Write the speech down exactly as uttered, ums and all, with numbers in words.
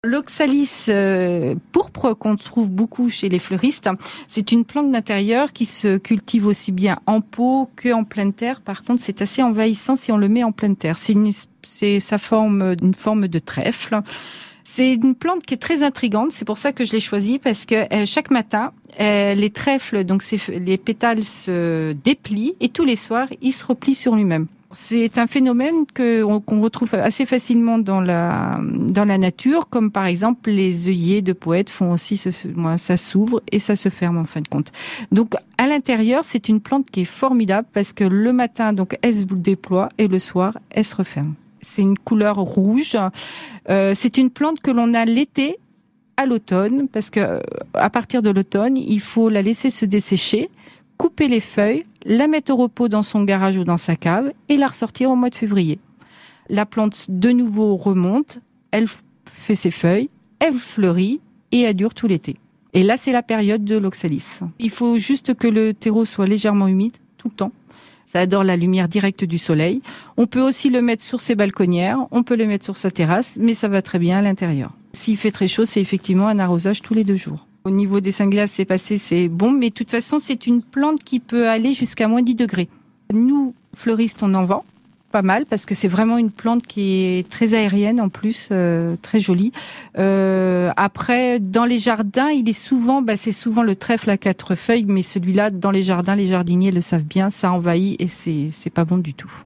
L'oxalis euh, pourpre qu'on trouve beaucoup chez les fleuristes, c'est une plante d'intérieur qui se cultive aussi bien en pot qu'en pleine terre. Par contre, c'est assez envahissant si on le met en pleine terre. C'est une, c'est sa forme, une forme de trèfle. C'est une plante qui est très intrigante. C'est pour ça que je l'ai choisie parce que euh, chaque matin, euh, les trèfles, donc c'est, les pétales se déplient et tous les soirs, ils se replient sur lui-même. C'est un phénomène que, qu'on retrouve assez facilement dans la, dans la nature, comme par exemple les œillets de poètes font aussi, ce, ça s'ouvre et ça se ferme en fin de compte. Donc à l'intérieur, c'est une plante qui est formidable parce que le matin, donc elle se déploie et le soir, elle se referme. C'est une couleur rouge. Euh, c'est une plante que l'on a l'été à l'automne parce que à partir de l'automne, il faut la laisser se dessécher, couper les feuilles, la mettre au repos dans son garage ou dans sa cave et la ressortir au mois de février. La plante de nouveau remonte, elle fait ses feuilles, elle fleurit et elle dure tout l'été. Et là, c'est la période de l'oxalis. Il faut juste que le terreau soit légèrement humide tout le temps. Ça adore la lumière directe du soleil. On peut aussi le mettre sur ses balconnières, on peut le mettre sur sa terrasse, mais ça va très bien à l'intérieur. S'il fait très chaud, c'est effectivement un arrosage tous les deux jours. Au niveau des cinq-glaces, c'est passé, c'est bon, mais de toute façon, c'est une plante qui peut aller jusqu'à moins dix degrés. Nous, fleuristes, on en vend pas mal parce que c'est vraiment une plante qui est très aérienne en plus, euh, très jolie. Euh, après, dans les jardins, il est souvent, bah, c'est souvent le trèfle à quatre feuilles, mais celui-là, dans les jardins, les jardiniers le savent bien, ça envahit et c'est, c'est pas bon du tout.